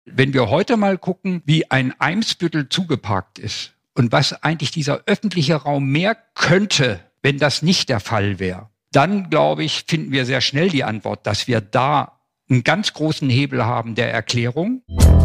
Wenn wir heute mal gucken, wie ein Eimsbüttel zugeparkt ist und was eigentlich dieser öffentliche Raum mehr könnte, wenn das nicht der Fall wäre, dann, glaube ich, finden wir sehr schnell die Antwort, dass wir da einen ganz großen Hebel haben der Erklärung.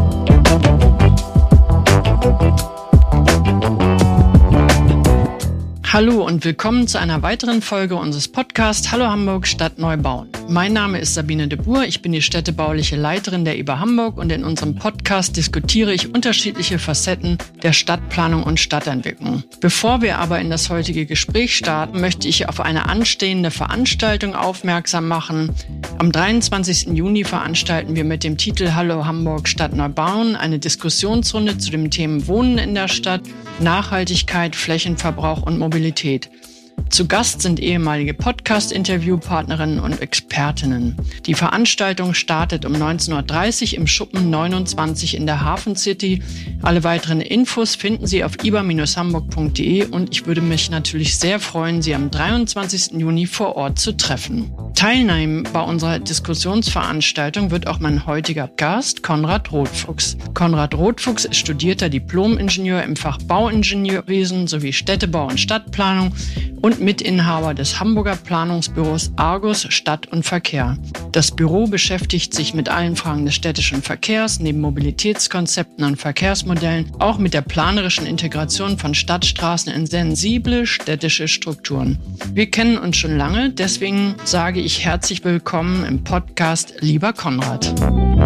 Hallo und willkommen zu einer weiteren Folge unseres Podcasts Hallo Hamburg Stadt neu bauen. Mein Name ist Sabine de Boer, ich bin die städtebauliche Leiterin der IBA Hamburg und in unserem Podcast diskutiere ich unterschiedliche Facetten der Stadtplanung und Stadtentwicklung. Bevor wir aber in das heutige Gespräch starten, möchte ich auf eine anstehende Veranstaltung aufmerksam machen. Am 23. Juni veranstalten wir mit dem Titel Hallo Hamburg Stadt neu bauen eine Diskussionsrunde zu den Themen Wohnen in der Stadt, Nachhaltigkeit, Flächenverbrauch und Mobilität. Zu Gast sind ehemalige Podcast-Interviewpartnerinnen und Expertinnen. Die Veranstaltung startet um 19.30 Uhr im Schuppen 29 in der Hafen City. Alle weiteren Infos finden Sie auf iba-hamburg.de und ich würde mich natürlich sehr freuen, Sie am 23. Juni vor Ort zu treffen. Teilnehmen bei unserer Diskussionsveranstaltung wird auch mein heutiger Gast, Konrad Rothfuchs. Konrad Rothfuchs ist studierter Diplom-Ingenieur im Fach Bauingenieurwesen sowie Städtebau und Stadtplanung und Mitinhaber des Hamburger Planungsbüros Argus Stadt und Verkehr. Das Büro beschäftigt sich mit allen Fragen des städtischen Verkehrs, neben Mobilitätskonzepten und Verkehrsmodellen, auch mit der planerischen Integration von Stadtstraßen in sensible städtische Strukturen. Wir kennen uns schon lange, deswegen sage ich herzlich willkommen im Podcast, lieber Konrad.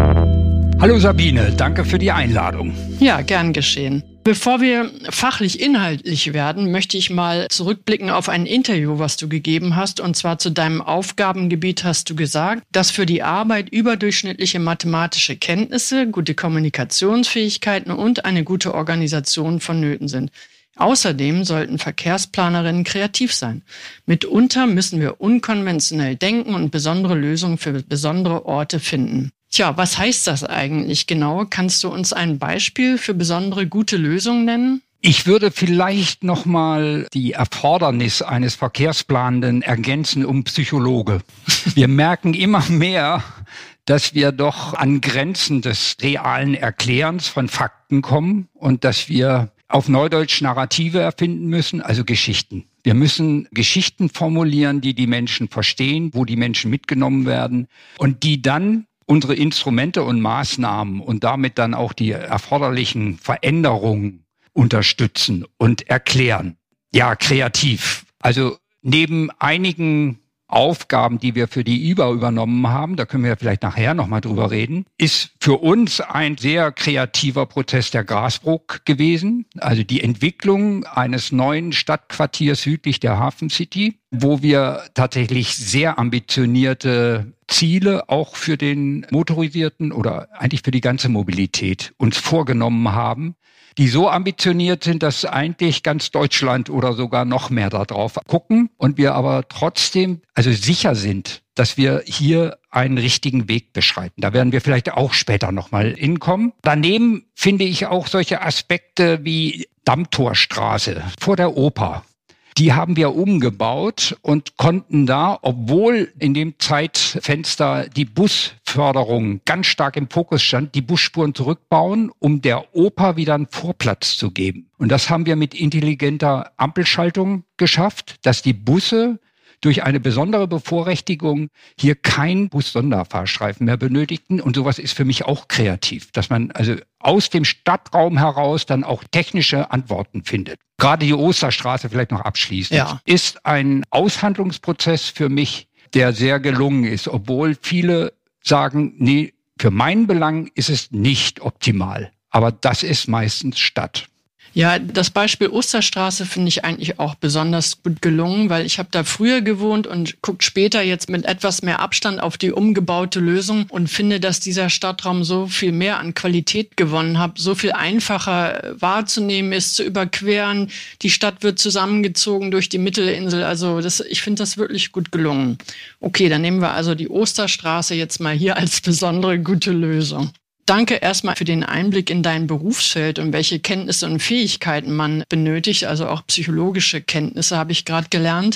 Hallo Sabine, danke für die Einladung. Ja, gern geschehen. Bevor wir fachlich inhaltlich werden, möchte ich mal zurückblicken auf ein Interview, was du gegeben hast. Und zwar zu deinem Aufgabengebiet hast du gesagt, dass für die Arbeit überdurchschnittliche mathematische Kenntnisse, gute Kommunikationsfähigkeiten und eine gute Organisation vonnöten sind. Außerdem sollten Verkehrsplanerinnen kreativ sein. Mitunter müssen wir unkonventionell denken und besondere Lösungen für besondere Orte finden. Tja, was heißt das eigentlich genau? Kannst du uns ein Beispiel für besondere gute Lösungen nennen? Ich würde vielleicht nochmal die Erfordernis eines Verkehrsplanenden ergänzen um Psychologe. Wir merken immer mehr, dass wir doch an Grenzen des realen Erklärens von Fakten kommen und dass wir auf Neudeutsch Narrative erfinden müssen, also Geschichten. Wir müssen Geschichten formulieren, die die Menschen verstehen, wo die Menschen mitgenommen werden und die dann unsere Instrumente und Maßnahmen und damit dann auch die erforderlichen Veränderungen unterstützen und erklären. Ja, kreativ. Also neben einigen Aufgaben, die wir für die IBA übernommen haben, da können wir vielleicht nachher nochmal drüber reden, ist für uns ein sehr kreativer Prozess der Grasbrook gewesen. Also die Entwicklung eines neuen Stadtquartiers südlich der Hafen City, wo wir tatsächlich sehr ambitionierte Ziele auch für den motorisierten oder eigentlich für die ganze Mobilität uns vorgenommen haben, die so ambitioniert sind, dass eigentlich ganz Deutschland oder sogar noch mehr darauf gucken und wir aber trotzdem also sicher sind, dass wir hier einen richtigen Weg beschreiten. Da werden wir vielleicht auch später nochmal hinkommen. Daneben finde ich auch solche Aspekte wie Dammtorstraße vor der Oper. Die haben wir umgebaut und konnten da, obwohl in dem Zeitfenster die Busförderung ganz stark im Fokus stand, die Busspuren zurückbauen, um der Oper wieder einen Vorplatz zu geben. Und das haben wir mit intelligenter Ampelschaltung geschafft, dass die Busse durch eine besondere Bevorrechtigung hier kein Bus-Sonderfahrstreifen mehr benötigten. Und sowas ist für mich auch kreativ, dass man also aus dem Stadtraum heraus dann auch technische Antworten findet. Gerade die Osterstraße vielleicht noch abschließend, ist ein Aushandlungsprozess für mich, der sehr gelungen ist, obwohl viele sagen, nee, für meinen Belang ist es nicht optimal. Aber das ist meistens Stadt. Ja, das Beispiel Osterstraße finde ich eigentlich auch besonders gut gelungen, weil ich habe da früher gewohnt und gucke später jetzt mit etwas mehr Abstand auf die umgebaute Lösung und finde, dass dieser Stadtraum so viel mehr an Qualität gewonnen hat, so viel einfacher wahrzunehmen ist, zu überqueren. Die Stadt wird zusammengezogen durch die Mittelinsel. Also ich finde das wirklich gut gelungen. Okay, dann nehmen wir also die Osterstraße jetzt mal hier als besondere gute Lösung. Danke erstmal für den Einblick in dein Berufsfeld und welche Kenntnisse und Fähigkeiten man benötigt, also auch psychologische Kenntnisse habe ich gerade gelernt.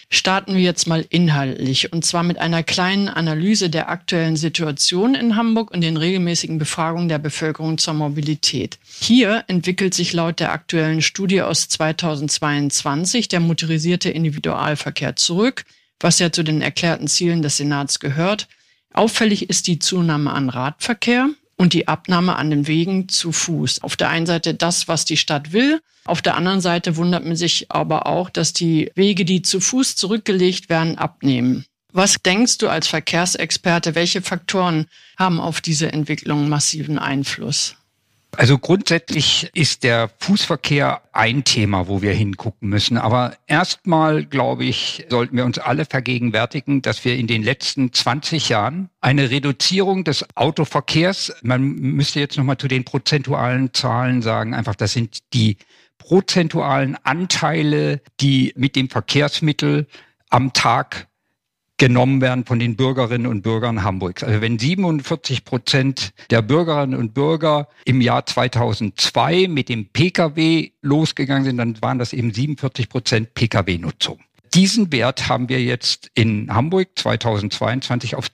Starten wir jetzt mal inhaltlich und zwar mit einer kleinen Analyse der aktuellen Situation in Hamburg und den regelmäßigen Befragungen der Bevölkerung zur Mobilität. Hier entwickelt sich laut der aktuellen Studie aus 2022 der motorisierte Individualverkehr zurück, was ja zu den erklärten Zielen des Senats gehört. Auffällig ist die Zunahme an Radverkehr und die Abnahme an den Wegen zu Fuß. Auf der einen Seite das, was die Stadt will. Auf der anderen Seite wundert man sich aber auch, dass die Wege, die zu Fuß zurückgelegt werden, abnehmen. Was denkst du als Verkehrsexperte, welche Faktoren haben auf diese Entwicklung massiven Einfluss? Also grundsätzlich ist der Fußverkehr ein Thema, wo wir hingucken müssen. Aber erstmal, glaube ich, sollten wir uns alle vergegenwärtigen, dass wir in den letzten 20 Jahren eine Reduzierung des Autoverkehrs, man müsste jetzt nochmal zu den prozentualen Zahlen sagen, einfach das sind die prozentualen Anteile, die mit dem Verkehrsmittel am Tag genommen werden von den Bürgerinnen und Bürgern Hamburgs. Also wenn 47% der Bürgerinnen und Bürger im Jahr 2002 mit dem Pkw losgegangen sind, dann waren das eben 47% Pkw-Nutzung. Diesen Wert haben wir jetzt in Hamburg 2022 auf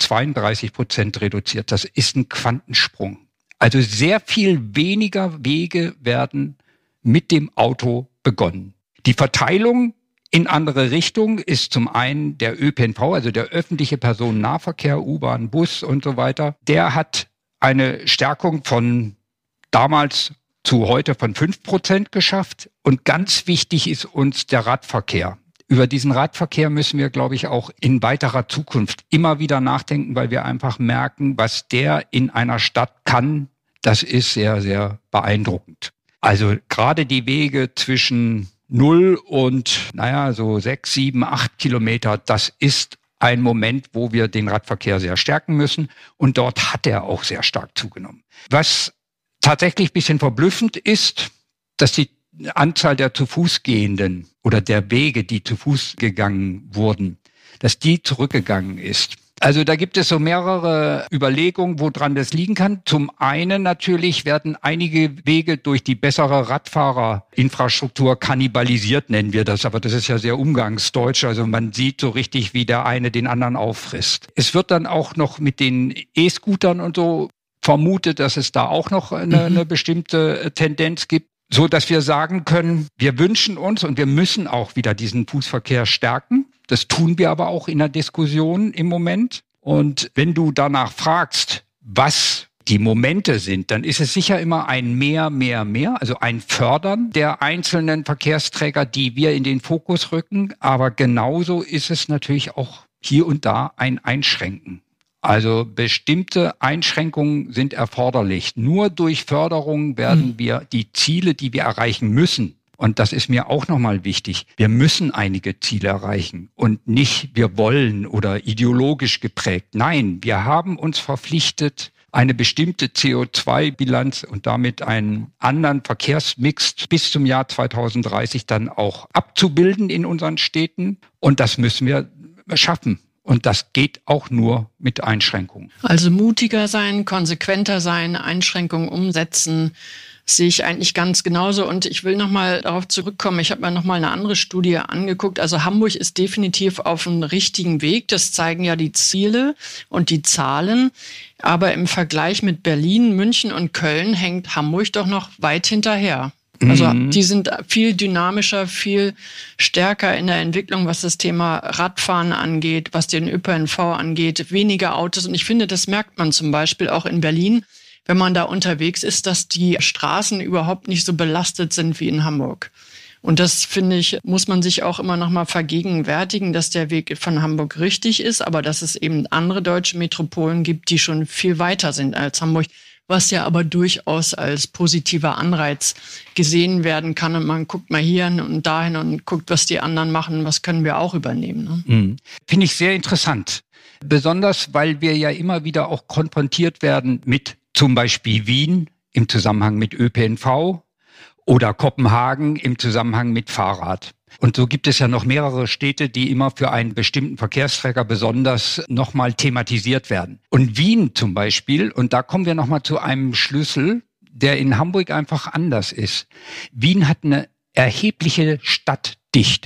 32% reduziert. Das ist ein Quantensprung. Also sehr viel weniger Wege werden mit dem Auto begonnen. Die Verteilung in andere Richtung ist zum einen der ÖPNV, also der öffentliche Personennahverkehr, U-Bahn, Bus und so weiter. Der hat eine Stärkung von damals zu heute von 5% geschafft. Und ganz wichtig ist uns der Radverkehr. Über diesen Radverkehr müssen wir, glaube ich, auch in weiterer Zukunft immer wieder nachdenken, weil wir einfach merken, was der in einer Stadt kann. Das ist sehr, sehr beeindruckend. Also gerade die Wege zwischen 0 und, so 6, 7, 8 Kilometer, das ist ein Moment, wo wir den Radverkehr sehr stärken müssen. Und dort hat er auch sehr stark zugenommen. Was tatsächlich ein bisschen verblüffend ist, dass die Anzahl der zu Fuß gehenden oder der Wege, die zu Fuß gegangen wurden, dass die zurückgegangen ist. Also da gibt es so mehrere Überlegungen, woran das liegen kann. Zum einen natürlich werden einige Wege durch die bessere Radfahrerinfrastruktur kannibalisiert, nennen wir das. Aber das ist ja sehr umgangsdeutsch. Also man sieht so richtig, wie der eine den anderen auffrisst. Es wird dann auch noch mit den E-Scootern und so vermutet, dass es da auch noch eine bestimmte Tendenz gibt, so dass wir sagen können, wir wünschen uns und wir müssen auch wieder diesen Fußverkehr stärken. Das tun wir aber auch in der Diskussion im Moment. Und wenn du danach fragst, was die Momente sind, dann ist es sicher immer ein mehr, also ein Fördern der einzelnen Verkehrsträger, die wir in den Fokus rücken. Aber genauso ist es natürlich auch hier und da ein Einschränken. Also bestimmte Einschränkungen sind erforderlich. Nur durch Förderung werden wir die Ziele, die wir erreichen müssen, und das ist mir auch nochmal wichtig, wir müssen einige Ziele erreichen und nicht wir wollen oder ideologisch geprägt. Nein, wir haben uns verpflichtet, eine bestimmte CO2-Bilanz und damit einen anderen Verkehrsmix bis zum Jahr 2030 dann auch abzubilden in unseren Städten. Und das müssen wir schaffen. Und das geht auch nur mit Einschränkungen. Also mutiger sein, konsequenter sein, Einschränkungen umsetzen, sehe ich eigentlich ganz genauso. Und ich will nochmal darauf zurückkommen. Ich habe mir nochmal eine andere Studie angeguckt. Also Hamburg ist definitiv auf dem richtigen Weg. Das zeigen ja die Ziele und die Zahlen. Aber im Vergleich mit Berlin, München und Köln hängt Hamburg doch noch weit hinterher. Also die sind viel dynamischer, viel stärker in der Entwicklung, was das Thema Radfahren angeht, was den ÖPNV angeht, weniger Autos. Und ich finde, das merkt man zum Beispiel auch in Berlin, wenn man da unterwegs ist, dass die Straßen überhaupt nicht so belastet sind wie in Hamburg. Und das, finde ich, muss man sich auch immer noch mal vergegenwärtigen, dass der Weg von Hamburg richtig ist, aber dass es eben andere deutsche Metropolen gibt, die schon viel weiter sind als Hamburg, was ja aber durchaus als positiver Anreiz gesehen werden kann. Und man guckt mal hierhin und dahin und guckt, was die anderen machen, was können wir auch übernehmen. Ne? Finde ich sehr interessant. Besonders, weil wir ja immer wieder auch konfrontiert werden mit zum Beispiel Wien im Zusammenhang mit ÖPNV oder Kopenhagen im Zusammenhang mit Fahrrad. Und so gibt es ja noch mehrere Städte, die immer für einen bestimmten Verkehrsträger besonders nochmal thematisiert werden. Und Wien zum Beispiel, und da kommen wir nochmal zu einem Schlüssel, der in Hamburg einfach anders ist. Wien hat eine erhebliche Stadtdichte.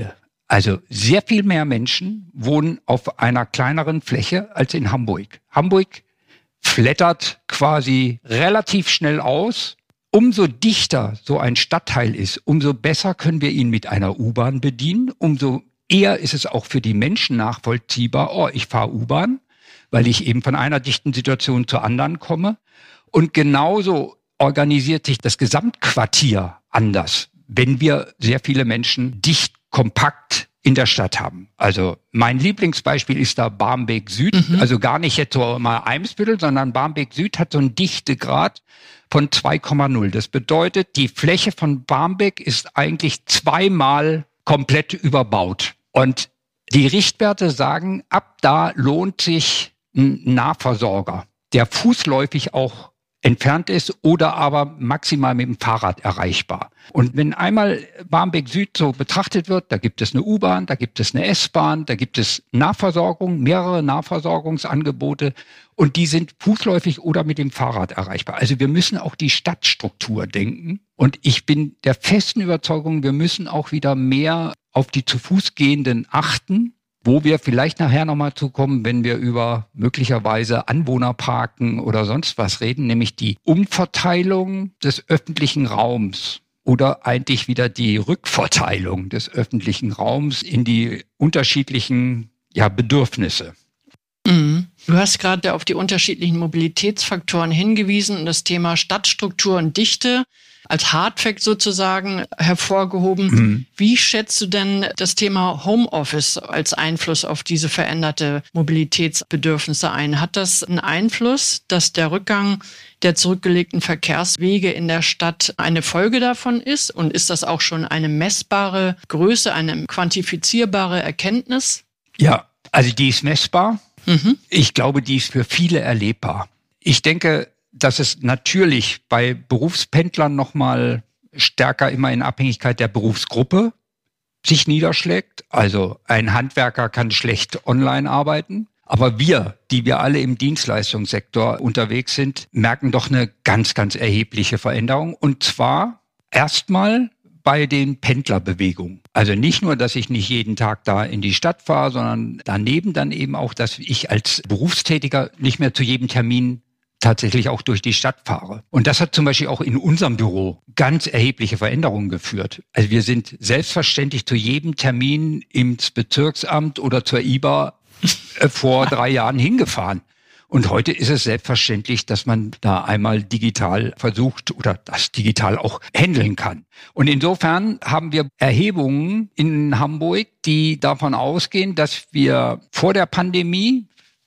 Also sehr viel mehr Menschen wohnen auf einer kleineren Fläche als in Hamburg. Hamburg flattert quasi relativ schnell aus. Umso dichter so ein Stadtteil ist, umso besser können wir ihn mit einer U-Bahn bedienen. Umso eher ist es auch für die Menschen nachvollziehbar, oh, ich fahre U-Bahn, weil ich eben von einer dichten Situation zur anderen komme. Und genauso organisiert sich das Gesamtquartier anders, wenn wir sehr viele Menschen dicht, kompakt in der Stadt haben. Also mein Lieblingsbeispiel ist da Barmbek Süd, also gar nicht jetzt so mal Eimsbüttel, sondern Barmbek Süd hat so einen Dichtegrad von 2,0. Das bedeutet, die Fläche von Barmbek ist eigentlich zweimal komplett überbaut. Und die Richtwerte sagen, ab da lohnt sich ein Nahversorger, der fußläufig auch entfernt ist oder aber maximal mit dem Fahrrad erreichbar. Und wenn einmal Barmbek Süd so betrachtet wird, da gibt es eine U-Bahn, da gibt es eine S-Bahn, da gibt es Nahversorgung, mehrere Nahversorgungsangebote und die sind fußläufig oder mit dem Fahrrad erreichbar. Also wir müssen auch die Stadtstruktur denken und ich bin der festen Überzeugung, wir müssen auch wieder mehr auf die zu Fuß Gehenden achten, wo wir vielleicht nachher nochmal zukommen, wenn wir über möglicherweise Anwohnerparken oder sonst was reden, nämlich die Umverteilung des öffentlichen Raums oder eigentlich wieder die Rückverteilung des öffentlichen Raums in die unterschiedlichen Bedürfnisse. Du hast gerade auf die unterschiedlichen Mobilitätsfaktoren hingewiesen und das Thema Stadtstruktur und Dichte als Hardfact sozusagen hervorgehoben. Wie schätzt du denn das Thema Homeoffice als Einfluss auf diese veränderte Mobilitätsbedürfnisse ein? Hat das einen Einfluss, dass der Rückgang der zurückgelegten Verkehrswege in der Stadt eine Folge davon ist? Und ist das auch schon eine messbare Größe, eine quantifizierbare Erkenntnis? Ja, also die ist messbar. Ich glaube, die ist für viele erlebbar. Ich denke, dass es natürlich bei Berufspendlern nochmal stärker immer in Abhängigkeit der Berufsgruppe sich niederschlägt. Also ein Handwerker kann schlecht online arbeiten. Aber wir, die wir alle im Dienstleistungssektor unterwegs sind, merken doch eine ganz, ganz erhebliche Veränderung. Und zwar erstmal bei den Pendlerbewegungen. Also nicht nur, dass ich nicht jeden Tag da in die Stadt fahre, sondern daneben dann eben auch, dass ich als Berufstätiger nicht mehr zu jedem Termin tatsächlich auch durch die Stadt fahre. Und das hat zum Beispiel auch in unserem Büro ganz erhebliche Veränderungen geführt. Also wir sind selbstverständlich zu jedem Termin ins Bezirksamt oder zur IBA vor 3 Jahren hingefahren. Und heute ist es selbstverständlich, dass man da einmal digital versucht oder das digital auch handeln kann. Und insofern haben wir Erhebungen in Hamburg, die davon ausgehen, dass wir vor der Pandemie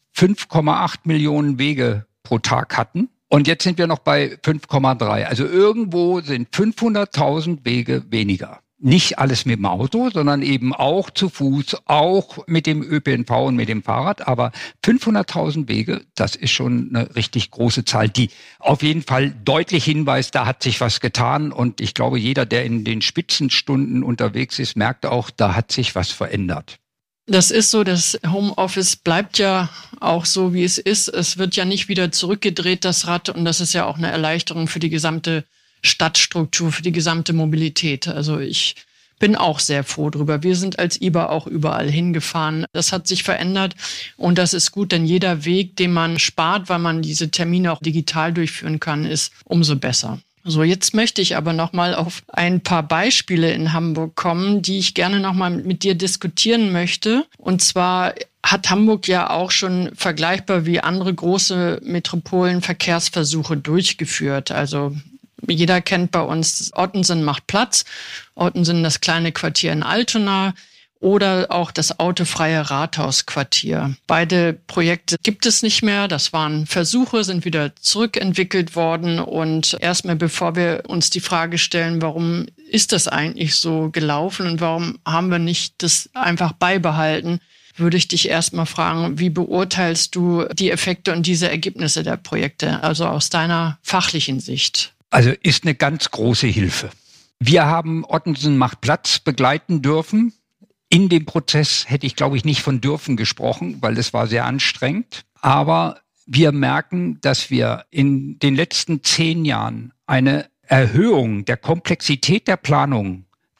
5,8 Millionen Wege pro Tag hatten. Und jetzt sind wir noch bei 5,3. Also irgendwo sind 500.000 Wege weniger. Nicht alles mit dem Auto, sondern eben auch zu Fuß, auch mit dem ÖPNV und mit dem Fahrrad. Aber 500.000 Wege, das ist schon eine richtig große Zahl, die auf jeden Fall deutlich hinweist, da hat sich was getan. Und ich glaube, jeder, der in den Spitzenstunden unterwegs ist, merkt auch, da hat sich was verändert. Das ist so, das Homeoffice bleibt ja auch so, wie es ist. Es wird ja nicht wieder zurückgedreht, das Rad. Und das ist ja auch eine Erleichterung für die gesamte Stadtstruktur, für die gesamte Mobilität. Also ich bin auch sehr froh drüber. Wir sind als IBA auch überall hingefahren. Das hat sich verändert und das ist gut, denn jeder Weg, den man spart, weil man diese Termine auch digital durchführen kann, ist umso besser. So, jetzt möchte ich aber nochmal auf ein paar Beispiele in Hamburg kommen, die ich gerne nochmal mit dir diskutieren möchte. Und zwar hat Hamburg ja auch schon vergleichbar wie andere große Metropolen Verkehrsversuche durchgeführt. Also jeder kennt bei uns Ottensen macht Platz, Ottensen das kleine Quartier in Altona oder auch das autofreie Rathausquartier. Beide Projekte gibt es nicht mehr. Das waren Versuche, sind wieder zurückentwickelt worden. Und erstmal, bevor wir uns die Frage stellen, warum ist das eigentlich so gelaufen und warum haben wir nicht das einfach beibehalten, würde ich dich erstmal fragen, wie beurteilst du die Effekte und diese Ergebnisse der Projekte, also aus deiner fachlichen Sicht? Also ist eine ganz große Hilfe. Wir haben Ottensen macht Platz begleiten dürfen. In dem Prozess hätte ich, glaube ich, nicht von dürfen gesprochen, weil es war sehr anstrengend. Aber wir merken, dass wir in den letzten 10 Jahren eine Erhöhung der Komplexität der Planung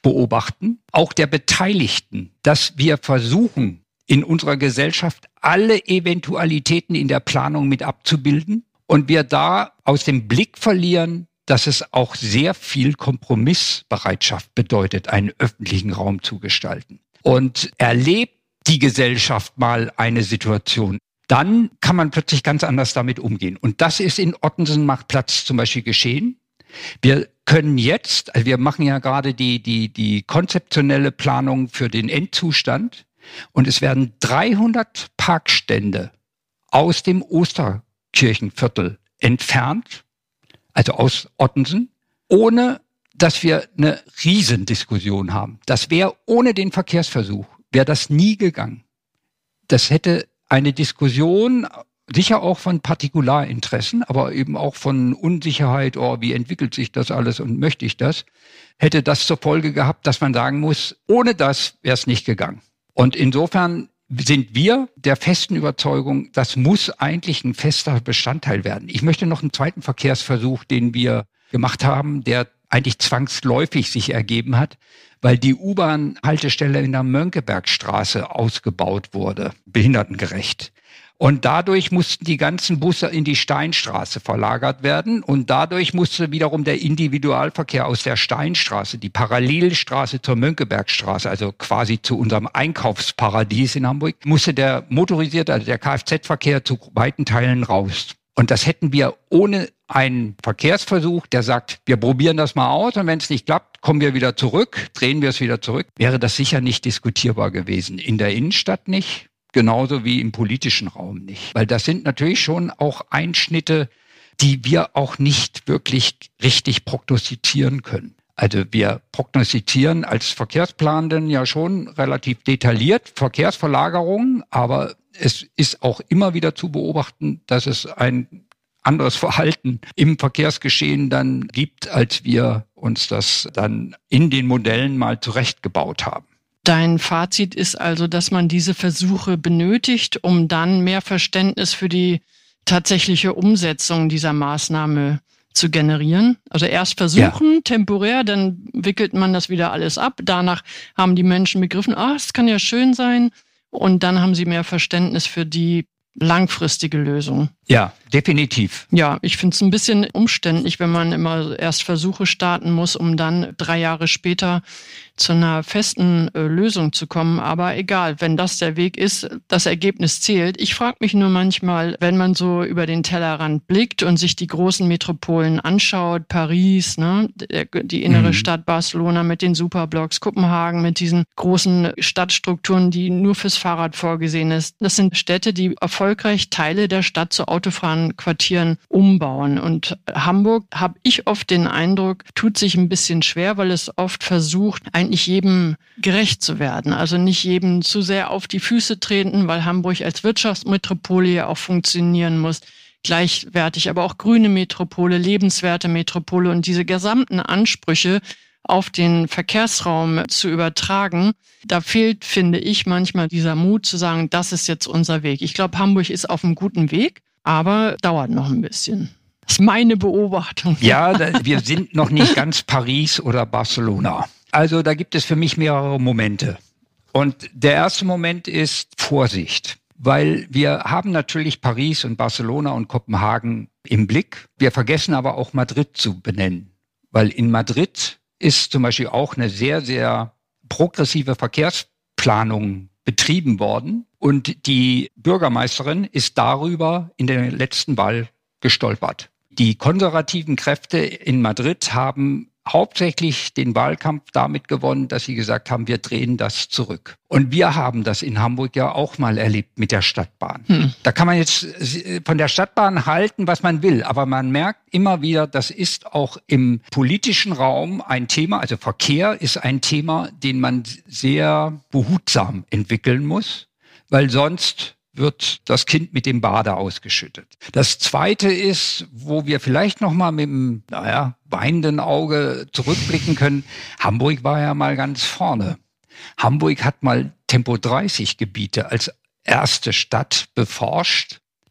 beobachten, auch der Beteiligten, dass wir versuchen, in unserer Gesellschaft alle Eventualitäten in der Planung mit abzubilden und wir da aus dem Blick verlieren, dass es auch sehr viel Kompromissbereitschaft bedeutet, einen öffentlichen Raum zu gestalten. Und erlebt die Gesellschaft mal eine Situation, dann kann man plötzlich ganz anders damit umgehen. Und das ist in Ottensen macht Platz zum Beispiel geschehen. Wir können jetzt, also wir machen ja gerade die konzeptionelle Planung für den Endzustand und es werden 300 Parkstände aus dem Osterkirchenviertel entfernt, also aus Ottensen, ohne dass wir eine Riesendiskussion haben. Das wäre ohne den Verkehrsversuch, wäre das nie gegangen. Das hätte eine Diskussion, sicher auch von Partikularinteressen, aber eben auch von Unsicherheit, wie entwickelt sich das alles und möchte ich das, hätte das zur Folge gehabt, dass man sagen muss, ohne das wäre es nicht gegangen. Und insofern sind wir der festen Überzeugung, das muss eigentlich ein fester Bestandteil werden. Ich möchte noch einen zweiten Verkehrsversuch, den wir gemacht haben, der eigentlich zwangsläufig sich ergeben hat, weil die U-Bahn-Haltestelle in der Mönckebergstraße ausgebaut wurde, behindertengerecht. Und dadurch mussten die ganzen Busse in die Steinstraße verlagert werden. Und dadurch musste wiederum der Individualverkehr aus der Steinstraße, die Parallelstraße zur Mönckebergstraße, also quasi zu unserem Einkaufsparadies in Hamburg, musste der motorisierte, also der Kfz-Verkehr zu weiten Teilen raus. Und das hätten wir ohne einen Verkehrsversuch, der sagt, wir probieren das mal aus und wenn es nicht klappt, kommen wir wieder zurück, drehen wir es wieder zurück, wäre das sicher nicht diskutierbar gewesen. In der Innenstadt nicht. Genauso wie im politischen Raum nicht. Weil das sind natürlich schon auch Einschnitte, die wir auch nicht wirklich richtig prognostizieren können. Also wir prognostizieren als Verkehrsplanenden ja schon relativ detailliert Verkehrsverlagerungen, aber es ist auch immer wieder zu beobachten, dass es ein anderes Verhalten im Verkehrsgeschehen dann gibt, als wir uns das dann in den Modellen mal zurechtgebaut haben. Dein Fazit ist also, dass man diese Versuche benötigt, um dann mehr Verständnis für die tatsächliche Umsetzung dieser Maßnahme zu generieren. Also erst versuchen, temporär, dann wickelt man das wieder alles ab. Danach haben die Menschen begriffen, es kann ja schön sein. Und dann haben sie mehr Verständnis für die langfristige Lösung. Ja, definitiv. Ja, ich finde es ein bisschen umständlich, wenn man immer erst Versuche starten muss, um dann 3 Jahre später zu einer festen Lösung zu kommen. Aber egal, wenn das der Weg ist, das Ergebnis zählt. Ich frage mich nur manchmal, wenn man so über den Tellerrand blickt und sich die großen Metropolen anschaut, Paris, ne, die innere Stadt Barcelona mit den Superblocks, Kopenhagen mit diesen großen Stadtstrukturen, die nur fürs Fahrrad vorgesehen ist. Das sind Städte, die erfolgreich Teile der Stadt zu autofreien Quartieren umbauen. Und Hamburg, habe ich oft den Eindruck, tut sich ein bisschen schwer, weil es oft versucht, eigentlich jedem gerecht zu werden. Also nicht jedem zu sehr auf die Füße treten, weil Hamburg als Wirtschaftsmetropole ja auch funktionieren muss. Gleichwertig, aber auch grüne Metropole, lebenswerte Metropole und diese gesamten Ansprüche auf den Verkehrsraum zu übertragen. Da fehlt, finde ich, manchmal dieser Mut zu sagen, das ist jetzt unser Weg. Ich glaube, Hamburg ist auf einem guten Weg, aber dauert noch ein bisschen. Das ist meine Beobachtung. Ja, wir sind noch nicht ganz Paris oder Barcelona. Also da gibt es für mich mehrere Momente. Und der erste Moment ist Vorsicht, weil wir haben natürlich Paris und Barcelona und Kopenhagen im Blick. Wir vergessen aber auch Madrid zu benennen, weil in Madrid ist zum Beispiel auch eine sehr, sehr progressive Verkehrsplanung betrieben worden. Und die Bürgermeisterin ist darüber in der letzten Wahl gestolpert. Die konservativen Kräfte in Madrid haben hauptsächlich den Wahlkampf damit gewonnen, dass sie gesagt haben, wir drehen das zurück. Und wir haben das in Hamburg ja auch mal erlebt mit der Stadtbahn. Da kann man jetzt von der Stadtbahn halten, was man will, aber man merkt immer wieder, das ist auch im politischen Raum ein Thema, also Verkehr ist ein Thema, den man sehr behutsam entwickeln muss, weil sonst wird das Kind mit dem Bade ausgeschüttet. Das Zweite ist, wo wir vielleicht noch mal mit dem weinenden Auge zurückblicken können, Hamburg war ja mal ganz vorne. Hamburg hat mal Tempo-30-Gebiete als erste Stadt beforscht.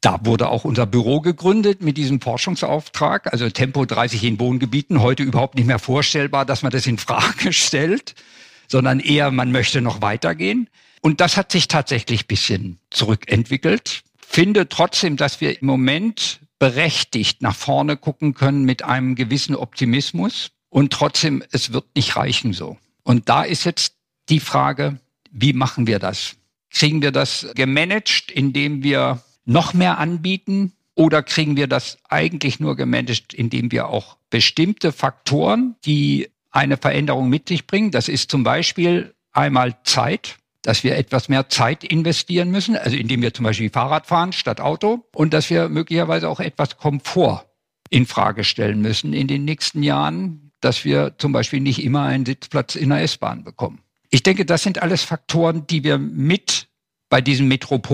Da wurde auch unser Büro gegründet mit diesem Forschungsauftrag, also Tempo 30 in Wohngebieten. Heute überhaupt nicht mehr vorstellbar, dass man das in Frage stellt, sondern eher, man möchte noch weitergehen. Und das hat sich tatsächlich ein bisschen zurückentwickelt. Finde trotzdem, dass wir im Moment berechtigt nach vorne gucken können mit einem gewissen Optimismus. Und trotzdem, es wird nicht reichen so. Und da ist jetzt die Frage, wie machen wir das? Kriegen wir das gemanagt, indem wir noch mehr anbieten? Oder kriegen wir das eigentlich nur gemanagt, indem wir auch bestimmte Faktoren, die eine Veränderung mit sich bringen, das ist zum Beispiel einmal Zeit, dass wir etwas mehr Zeit investieren müssen, also indem wir zum Beispiel Fahrrad fahren statt Auto, und dass wir möglicherweise auch etwas Komfort in Frage stellen müssen in den nächsten Jahren, dass wir zum Beispiel nicht immer einen Sitzplatz in der S-Bahn bekommen. Ich denke, das sind alles Faktoren, die wir mit bei diesen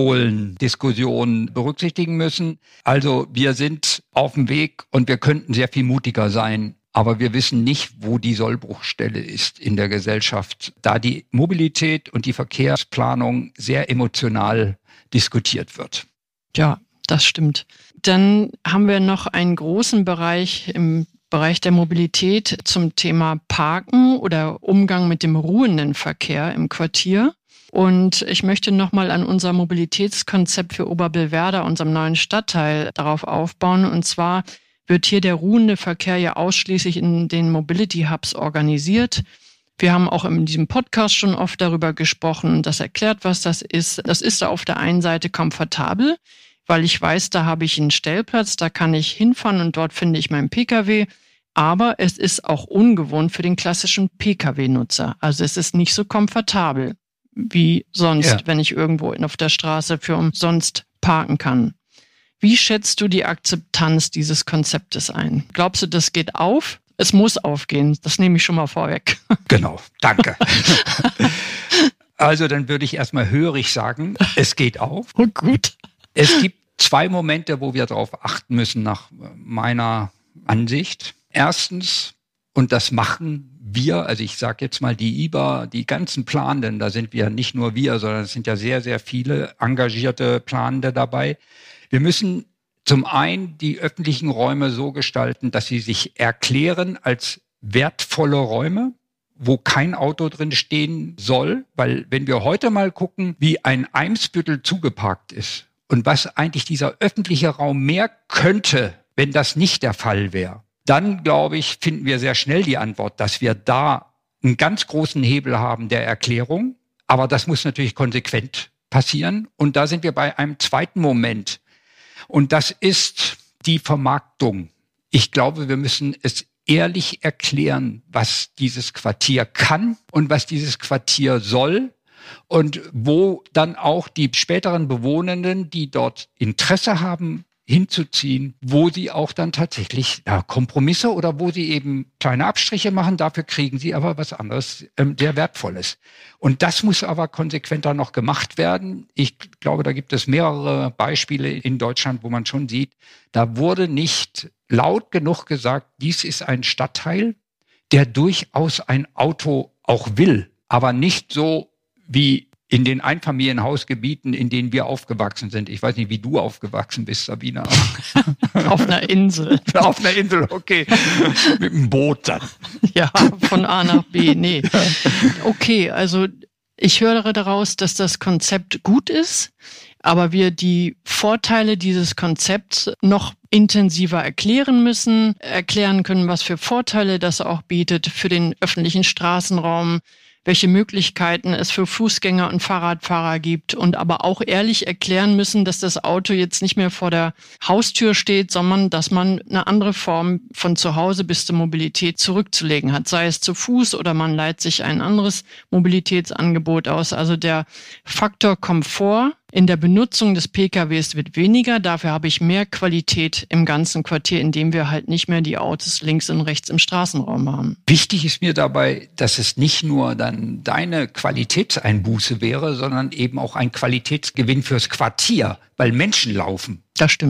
Metropolen-Diskussionen berücksichtigen müssen. Also wir sind auf dem Weg und wir könnten sehr viel mutiger sein, aber wir wissen nicht, wo die Sollbruchstelle ist in der Gesellschaft, da die Mobilität und die Verkehrsplanung sehr emotional diskutiert wird. Ja, das stimmt. Dann haben wir noch einen großen Bereich im Bereich der Mobilität zum Thema Parken oder Umgang mit dem ruhenden Verkehr im Quartier. Und ich möchte nochmal an unser Mobilitätskonzept für Oberbillwerder, unserem neuen Stadtteil, darauf aufbauen. Und zwar wird hier der ruhende Verkehr ja ausschließlich in den Mobility Hubs organisiert. Wir haben auch in diesem Podcast schon oft darüber gesprochen, das erklärt, was das ist. Das ist auf der einen Seite komfortabel, weil ich weiß, da habe ich einen Stellplatz, da kann ich hinfahren und dort finde ich meinen Pkw. Aber es ist auch ungewohnt für den klassischen Pkw-Nutzer. Also es ist nicht so komfortabel wie sonst, wenn ich irgendwo auf der Straße für umsonst parken kann. Wie schätzt du die Akzeptanz dieses Konzeptes ein? Glaubst du, das geht auf? Es muss aufgehen, das nehme ich schon mal vorweg. Genau, danke. Also dann würde ich erstmal hörig sagen, es geht auf. Oh, gut. Es gibt 2 Momente, wo wir darauf achten müssen, nach meiner Ansicht. Erstens, und das machen wir, also ich sage jetzt mal die IBA, die ganzen Planenden, da sind wir nicht nur wir, sondern es sind ja sehr, sehr viele engagierte Planende dabei. Wir müssen zum einen die öffentlichen Räume so gestalten, dass sie sich erklären als wertvolle Räume, wo kein Auto drin stehen soll. Weil wenn wir heute mal gucken, wie ein Eimsbüttel zugeparkt ist und was eigentlich dieser öffentliche Raum mehr könnte, wenn das nicht der Fall wäre, dann, glaube ich, finden wir sehr schnell die Antwort, dass wir da einen ganz großen Hebel haben der Erklärung. Aber das muss natürlich konsequent passieren. Und da sind wir bei einem zweiten Moment. Und das ist die Vermarktung. Ich glaube, wir müssen es ehrlich erklären, was dieses Quartier kann und was dieses Quartier soll. Und wo dann auch die späteren Bewohnenden, die dort Interesse haben, hinzuziehen, wo sie auch dann tatsächlich Kompromisse oder wo sie eben kleine Abstriche machen, dafür kriegen sie aber was anderes, sehr Wertvolles. Und das muss aber konsequenter noch gemacht werden. Ich glaube, da gibt es mehrere Beispiele in Deutschland, wo man schon sieht, da wurde nicht laut genug gesagt, dies ist ein Stadtteil, der durchaus ein Auto auch will, aber nicht so wie in den Einfamilienhausgebieten, in denen wir aufgewachsen sind. Ich weiß nicht, wie du aufgewachsen bist, Sabina. Auf einer Insel. Auf einer Insel, okay. Mit dem Boot dann. Ja, von A nach B, nee. Okay, also ich höre daraus, dass das Konzept gut ist, aber wir die Vorteile dieses Konzepts noch intensiver erklären müssen, erklären können, was für Vorteile das auch bietet für den öffentlichen Straßenraum, welche Möglichkeiten es für Fußgänger und Fahrradfahrer gibt und aber auch ehrlich erklären müssen, dass das Auto jetzt nicht mehr vor der Haustür steht, sondern dass man eine andere Form von zu Hause bis zur Mobilität zurückzulegen hat, sei es zu Fuß oder man leiht sich ein anderes Mobilitätsangebot aus. Also der Faktor Komfort in der Benutzung des PKWs wird weniger, dafür habe ich mehr Qualität im ganzen Quartier, indem wir halt nicht mehr die Autos links und rechts im Straßenraum haben. Wichtig ist mir dabei, dass es nicht nur dann deine Qualitätseinbuße wäre, sondern eben auch ein Qualitätsgewinn fürs Quartier, weil Menschen laufen. Das stimmt.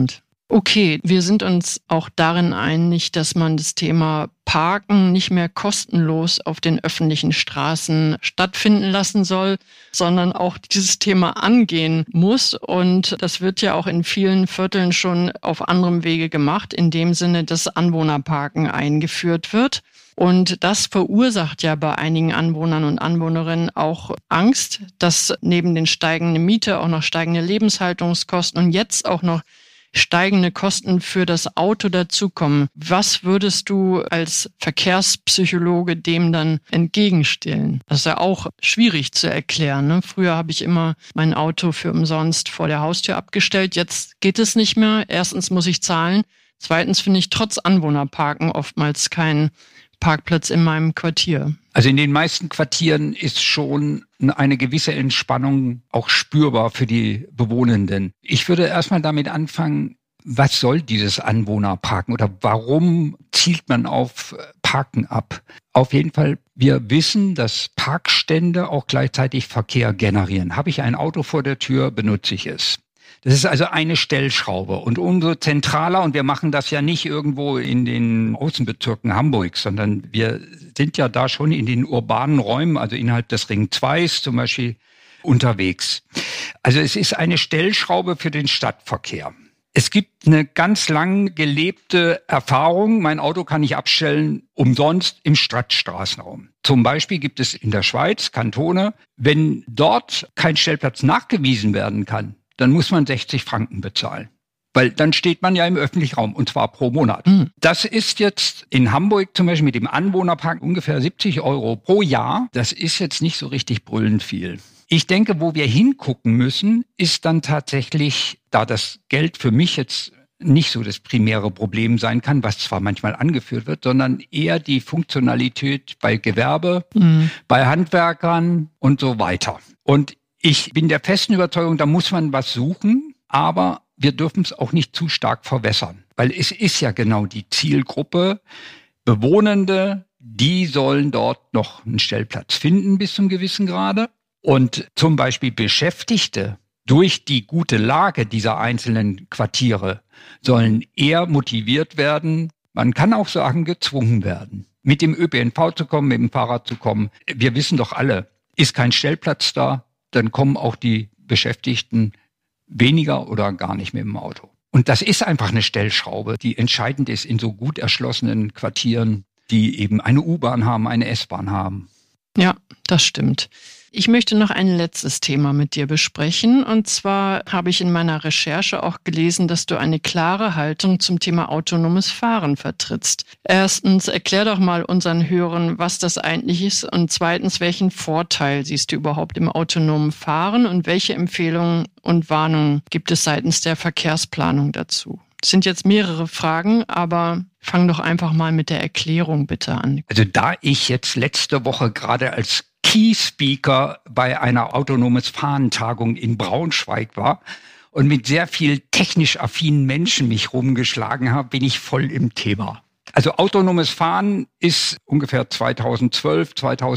Okay, wir sind uns auch darin einig, dass man das Thema Parken nicht mehr kostenlos auf den öffentlichen Straßen stattfinden lassen soll, sondern auch dieses Thema angehen muss. Und das wird ja auch in vielen Vierteln schon auf anderem Wege gemacht, in dem Sinne, dass Anwohnerparken eingeführt wird. Und das verursacht ja bei einigen Anwohnern und Anwohnerinnen auch Angst, dass neben den steigenden Miete auch noch steigende Lebenshaltungskosten und jetzt auch noch steigende Kosten für das Auto dazukommen. Was würdest du als Verkehrspsychologe dem dann entgegenstellen? Das ist ja auch schwierig zu erklären, ne? Früher habe ich immer mein Auto für umsonst vor der Haustür abgestellt. Jetzt geht es nicht mehr. Erstens muss ich zahlen. Zweitens finde ich trotz Anwohnerparken oftmals keinen Parkplatz in meinem Quartier. Also in den meisten Quartieren ist schon eine gewisse Entspannung auch spürbar für die Bewohnenden. Ich würde erstmal damit anfangen, was soll dieses Anwohnerparken oder warum zielt man auf Parken ab? Auf jeden Fall, wir wissen, dass Parkstände auch gleichzeitig Verkehr generieren. Habe ich ein Auto vor der Tür, benutze ich es. Das ist also eine Stellschraube und umso zentraler, und wir machen das ja nicht irgendwo in den Außenbezirken Hamburgs, sondern wir sind ja da schon in den urbanen Räumen, also innerhalb des Ring 2 zum Beispiel, unterwegs. Also es ist eine Stellschraube für den Stadtverkehr. Es gibt eine ganz lang gelebte Erfahrung, mein Auto kann ich abstellen umsonst im Stadtstraßenraum. Zum Beispiel gibt es in der Schweiz Kantone, wenn dort kein Stellplatz nachgewiesen werden kann, dann muss man 60 Franken bezahlen. Weil dann steht man ja im öffentlichen Raum, und zwar pro Monat. Das ist jetzt in Hamburg zum Beispiel mit dem Anwohnerpark ungefähr 70 € pro Jahr. Das ist jetzt nicht so richtig brüllend viel. Ich denke, wo wir hingucken müssen, ist dann tatsächlich, da das Geld für mich jetzt nicht so das primäre Problem sein kann, was zwar manchmal angeführt wird, sondern eher die Funktionalität bei Gewerbe, bei Handwerkern und so weiter. Und ich bin der festen Überzeugung, da muss man was suchen, aber wir dürfen es auch nicht zu stark verwässern, weil es ist ja genau die Zielgruppe Bewohnende, die sollen dort noch einen Stellplatz finden bis zum gewissen Grade. Und zum Beispiel Beschäftigte durch die gute Lage dieser einzelnen Quartiere sollen eher motiviert werden, man kann auch sagen gezwungen werden, mit dem ÖPNV zu kommen, mit dem Fahrrad zu kommen. Wir wissen doch alle, ist kein Stellplatz da, dann kommen auch die Beschäftigten weniger oder gar nicht mit dem Auto. Und das ist einfach eine Stellschraube, die entscheidend ist in so gut erschlossenen Quartieren, die eben eine U-Bahn haben, eine S-Bahn haben. Ja, das stimmt. Ich möchte noch ein letztes Thema mit dir besprechen. Und zwar habe ich in meiner Recherche auch gelesen, dass du eine klare Haltung zum Thema autonomes Fahren vertrittst. Erstens, erklär doch mal unseren Hörern, was das eigentlich ist. Und zweitens, welchen Vorteil siehst du überhaupt im autonomen Fahren und welche Empfehlungen und Warnungen gibt es seitens der Verkehrsplanung dazu? Das sind jetzt mehrere Fragen, aber fang doch einfach mal mit der Erklärung bitte an. Also da ich jetzt letzte Woche gerade als Key Speaker bei einer autonomes Fahren-Tagung in Braunschweig war und mit sehr viel technisch affinen Menschen mich rumgeschlagen habe, bin ich voll im Thema. Also autonomes Fahren ist ungefähr 2012,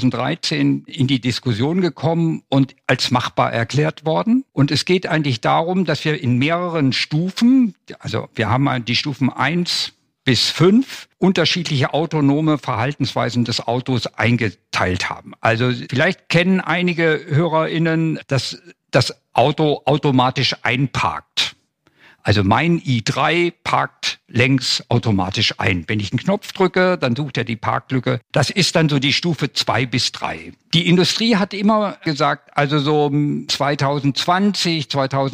2013 in die Diskussion gekommen und als machbar erklärt worden. Und es geht eigentlich darum, dass wir in mehreren Stufen, also wir haben die Stufen 1 bis 5 unterschiedliche autonome Verhaltensweisen des Autos eingeteilt haben. Also vielleicht kennen einige HörerInnen, dass das Auto automatisch einparkt. Also mein i3 parkt längs automatisch ein. Wenn ich einen Knopf drücke, dann sucht er die Parklücke. Das ist dann so die Stufe 2 bis 3. Die Industrie hat immer gesagt, also so 2020,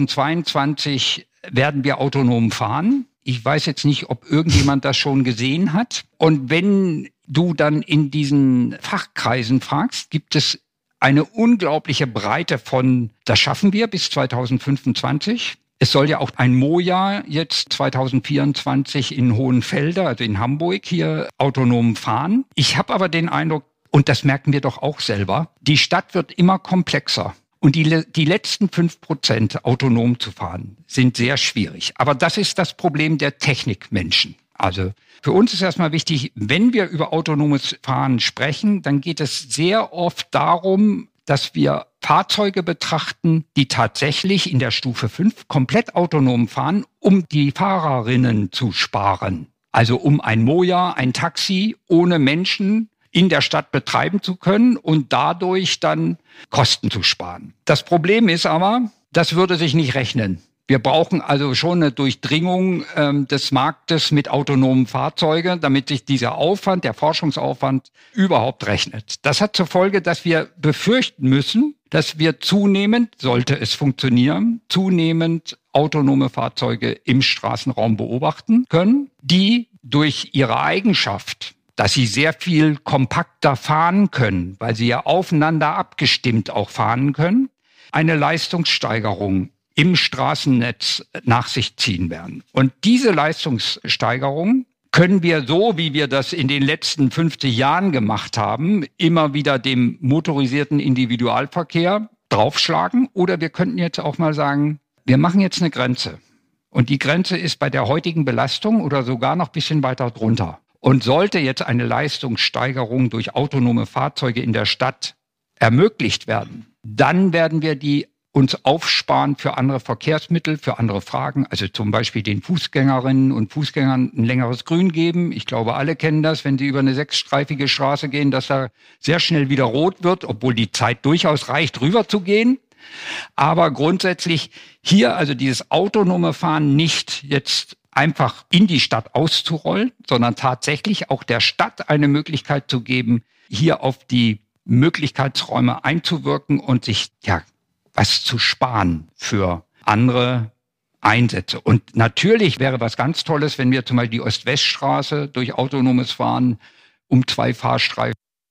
2022 werden wir autonom fahren. Ich weiß jetzt nicht, ob irgendjemand das schon gesehen hat. Und wenn du dann in diesen Fachkreisen fragst, gibt es eine unglaubliche Breite von, das schaffen wir bis 2025. Es soll ja auch ein Moja jetzt 2024 in Hohenfelde, also in Hamburg, hier autonom fahren. Ich habe aber den Eindruck, und das merken wir doch auch selber, die Stadt wird immer komplexer. Und die letzten 5% autonom zu fahren, sind sehr schwierig. Aber das ist das Problem der Technikmenschen. Also für uns ist erstmal wichtig, wenn wir über autonomes Fahren sprechen, dann geht es sehr oft darum, dass wir Fahrzeuge betrachten, die tatsächlich in der Stufe 5 komplett autonom fahren, um die Fahrerinnen zu sparen. Also um ein Moja, ein Taxi ohne Menschen in der Stadt betreiben zu können und dadurch dann Kosten zu sparen. Das Problem ist aber, das würde sich nicht rechnen. Wir brauchen also schon eine Durchdringung des Marktes mit autonomen Fahrzeugen, damit sich dieser Aufwand, der Forschungsaufwand, überhaupt rechnet. Das hat zur Folge, dass wir befürchten müssen, dass wir zunehmend, sollte es funktionieren, zunehmend autonome Fahrzeuge im Straßenraum beobachten können, die durch ihre Eigenschaft, dass sie sehr viel kompakter fahren können, weil sie ja aufeinander abgestimmt auch fahren können, eine Leistungssteigerung im Straßennetz nach sich ziehen werden. Und diese Leistungssteigerung können wir so, wie wir das in den letzten 50 Jahren gemacht haben, immer wieder dem motorisierten Individualverkehr draufschlagen. Oder wir könnten jetzt auch mal sagen, wir machen jetzt eine Grenze. Und die Grenze ist bei der heutigen Belastung oder sogar noch ein bisschen weiter drunter. Und sollte jetzt eine Leistungssteigerung durch autonome Fahrzeuge in der Stadt ermöglicht werden, dann werden wir die uns aufsparen für andere Verkehrsmittel, für andere Fragen, also zum Beispiel den Fußgängerinnen und Fußgängern ein längeres Grün geben. Ich glaube, alle kennen das, wenn sie über eine 6-streifige Straße gehen, dass da sehr schnell wieder rot wird, obwohl die Zeit durchaus reicht, rüber zu gehen. Aber grundsätzlich hier also dieses autonome Fahren nicht jetzt einfach in die Stadt auszurollen, sondern tatsächlich auch der Stadt eine Möglichkeit zu geben, hier auf die Möglichkeitsräume einzuwirken und sich was zu sparen für andere Einsätze. Und natürlich wäre was ganz Tolles, wenn wir zum Beispiel die Ost-West-Straße durch autonomes Fahren um 2 Fahrstreifen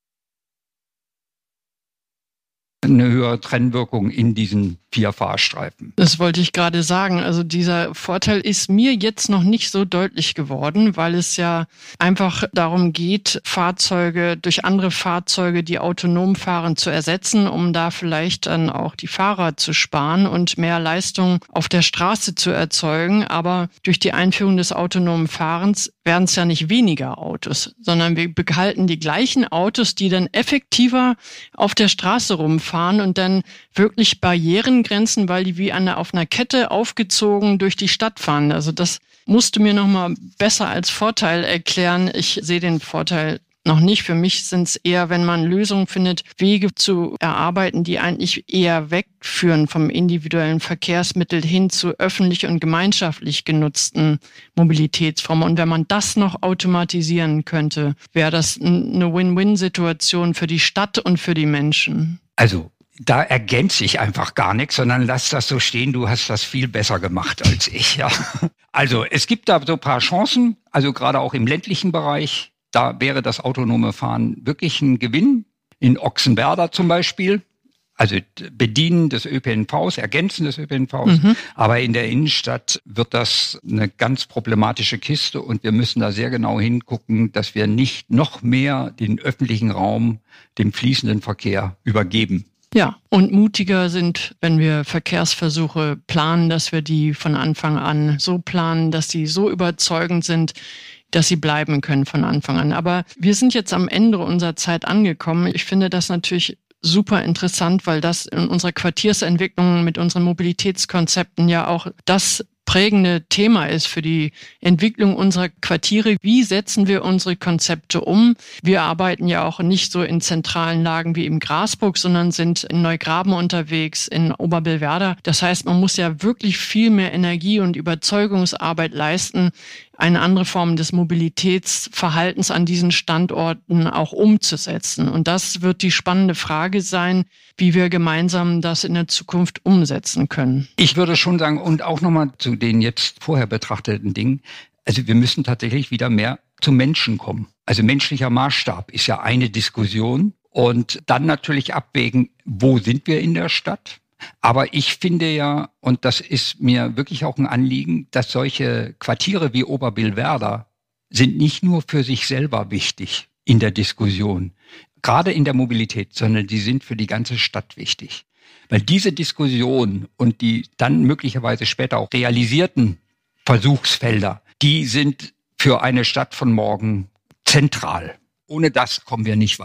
eine höhere Trennwirkung in diesen 4 Fahrstreifen. Das wollte ich gerade sagen. Also dieser Vorteil ist mir jetzt noch nicht so deutlich geworden, weil es ja einfach darum geht, Fahrzeuge durch andere Fahrzeuge, die autonom fahren, zu ersetzen, um da vielleicht dann auch die Fahrer zu sparen und mehr Leistung auf der Straße zu erzeugen. Aber durch die Einführung des autonomen Fahrens werden es ja nicht weniger Autos, sondern wir behalten die gleichen Autos, die dann effektiver auf der Straße rumfahren und dann wirklich Barrierengrenzen, weil die wie auf einer Kette aufgezogen durch die Stadt fahren. Also das musst du mir noch mal besser als Vorteil erklären. Ich sehe den Vorteil noch nicht. Für mich sind es eher, wenn man Lösungen findet, Wege zu erarbeiten, die eigentlich eher wegführen vom individuellen Verkehrsmittel hin zu öffentlich und gemeinschaftlich genutzten Mobilitätsformen. Und wenn man das noch automatisieren könnte, wäre das eine Win-Win-Situation für die Stadt und für die Menschen. Also da ergänze ich einfach gar nichts, sondern lass das so stehen. Du hast das viel besser gemacht als ich. Ja. Also es gibt da so ein paar Chancen, also gerade auch im ländlichen Bereich. Da wäre das autonome Fahren wirklich ein Gewinn. In Ochsenwerder zum Beispiel, also Bedienen des ÖPNVs, Ergänzen des ÖPNVs. Aber in der Innenstadt wird das eine ganz problematische Kiste und wir müssen da sehr genau hingucken, dass wir nicht noch mehr den öffentlichen Raum dem fließenden Verkehr übergeben. Ja, und mutiger sind, wenn wir Verkehrsversuche planen, dass wir die von Anfang an so planen, dass sie so überzeugend sind, dass sie bleiben können von Anfang an. Aber wir sind jetzt am Ende unserer Zeit angekommen. Ich finde das natürlich super interessant, weil das in unserer Quartiersentwicklung mit unseren Mobilitätskonzepten ja auch das prägende Thema ist für die Entwicklung unserer Quartiere. Wie setzen wir unsere Konzepte um? Wir arbeiten ja auch nicht so in zentralen Lagen wie im Grasburg, sondern sind in Neugraben unterwegs, in Oberbillwerder. Das heißt, man muss ja wirklich viel mehr Energie und Überzeugungsarbeit leisten, eine andere Form des Mobilitätsverhaltens an diesen Standorten auch umzusetzen. Und das wird die spannende Frage sein, wie wir gemeinsam das in der Zukunft umsetzen können. Ich würde schon sagen, und auch nochmal zu den jetzt vorher betrachteten Dingen, also wir müssen tatsächlich wieder mehr zum Menschen kommen. Also menschlicher Maßstab ist ja eine Diskussion und dann natürlich abwägen, wo sind wir in der Stadt? Aber ich finde ja, und das ist mir wirklich auch ein Anliegen, dass solche Quartiere wie Oberbillwerder sind nicht nur für sich selber wichtig in der Diskussion, gerade in der Mobilität, sondern die sind für die ganze Stadt wichtig. Weil diese Diskussion und die dann möglicherweise später auch realisierten Versuchsfelder, die sind für eine Stadt von morgen zentral. Ohne das kommen wir nicht weiter.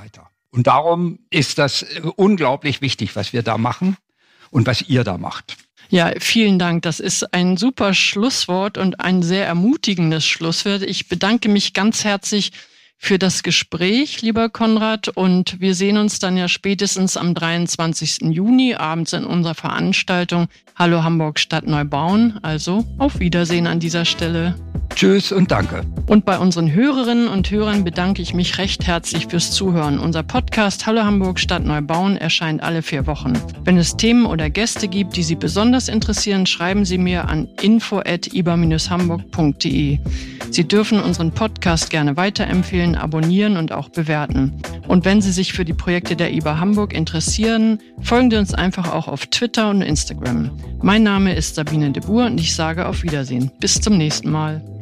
Und darum ist das unglaublich wichtig, was wir da machen und was ihr da macht. Ja, vielen Dank. Das ist ein super Schlusswort und ein sehr ermutigendes Schlusswort. Ich bedanke mich ganz herzlich für das Gespräch, lieber Konrad. Und wir sehen uns dann ja spätestens am 23. Juni abends in unserer Veranstaltung Hallo Hamburg Stadt Neubauen. Also auf Wiedersehen an dieser Stelle. Tschüss und danke. Und bei unseren Hörerinnen und Hörern bedanke ich mich recht herzlich fürs Zuhören. Unser Podcast Hallo Hamburg Stadt Neubauen erscheint alle 4 Wochen. Wenn es Themen oder Gäste gibt, die Sie besonders interessieren, schreiben Sie mir an info@iba-hamburg.de. Sie dürfen unseren Podcast gerne weiterempfehlen, abonnieren und auch bewerten. Und wenn Sie sich für die Projekte der IBA Hamburg interessieren, folgen Sie uns einfach auch auf Twitter und Instagram. Mein Name ist Sabine de Boer und ich sage auf Wiedersehen. Bis zum nächsten Mal.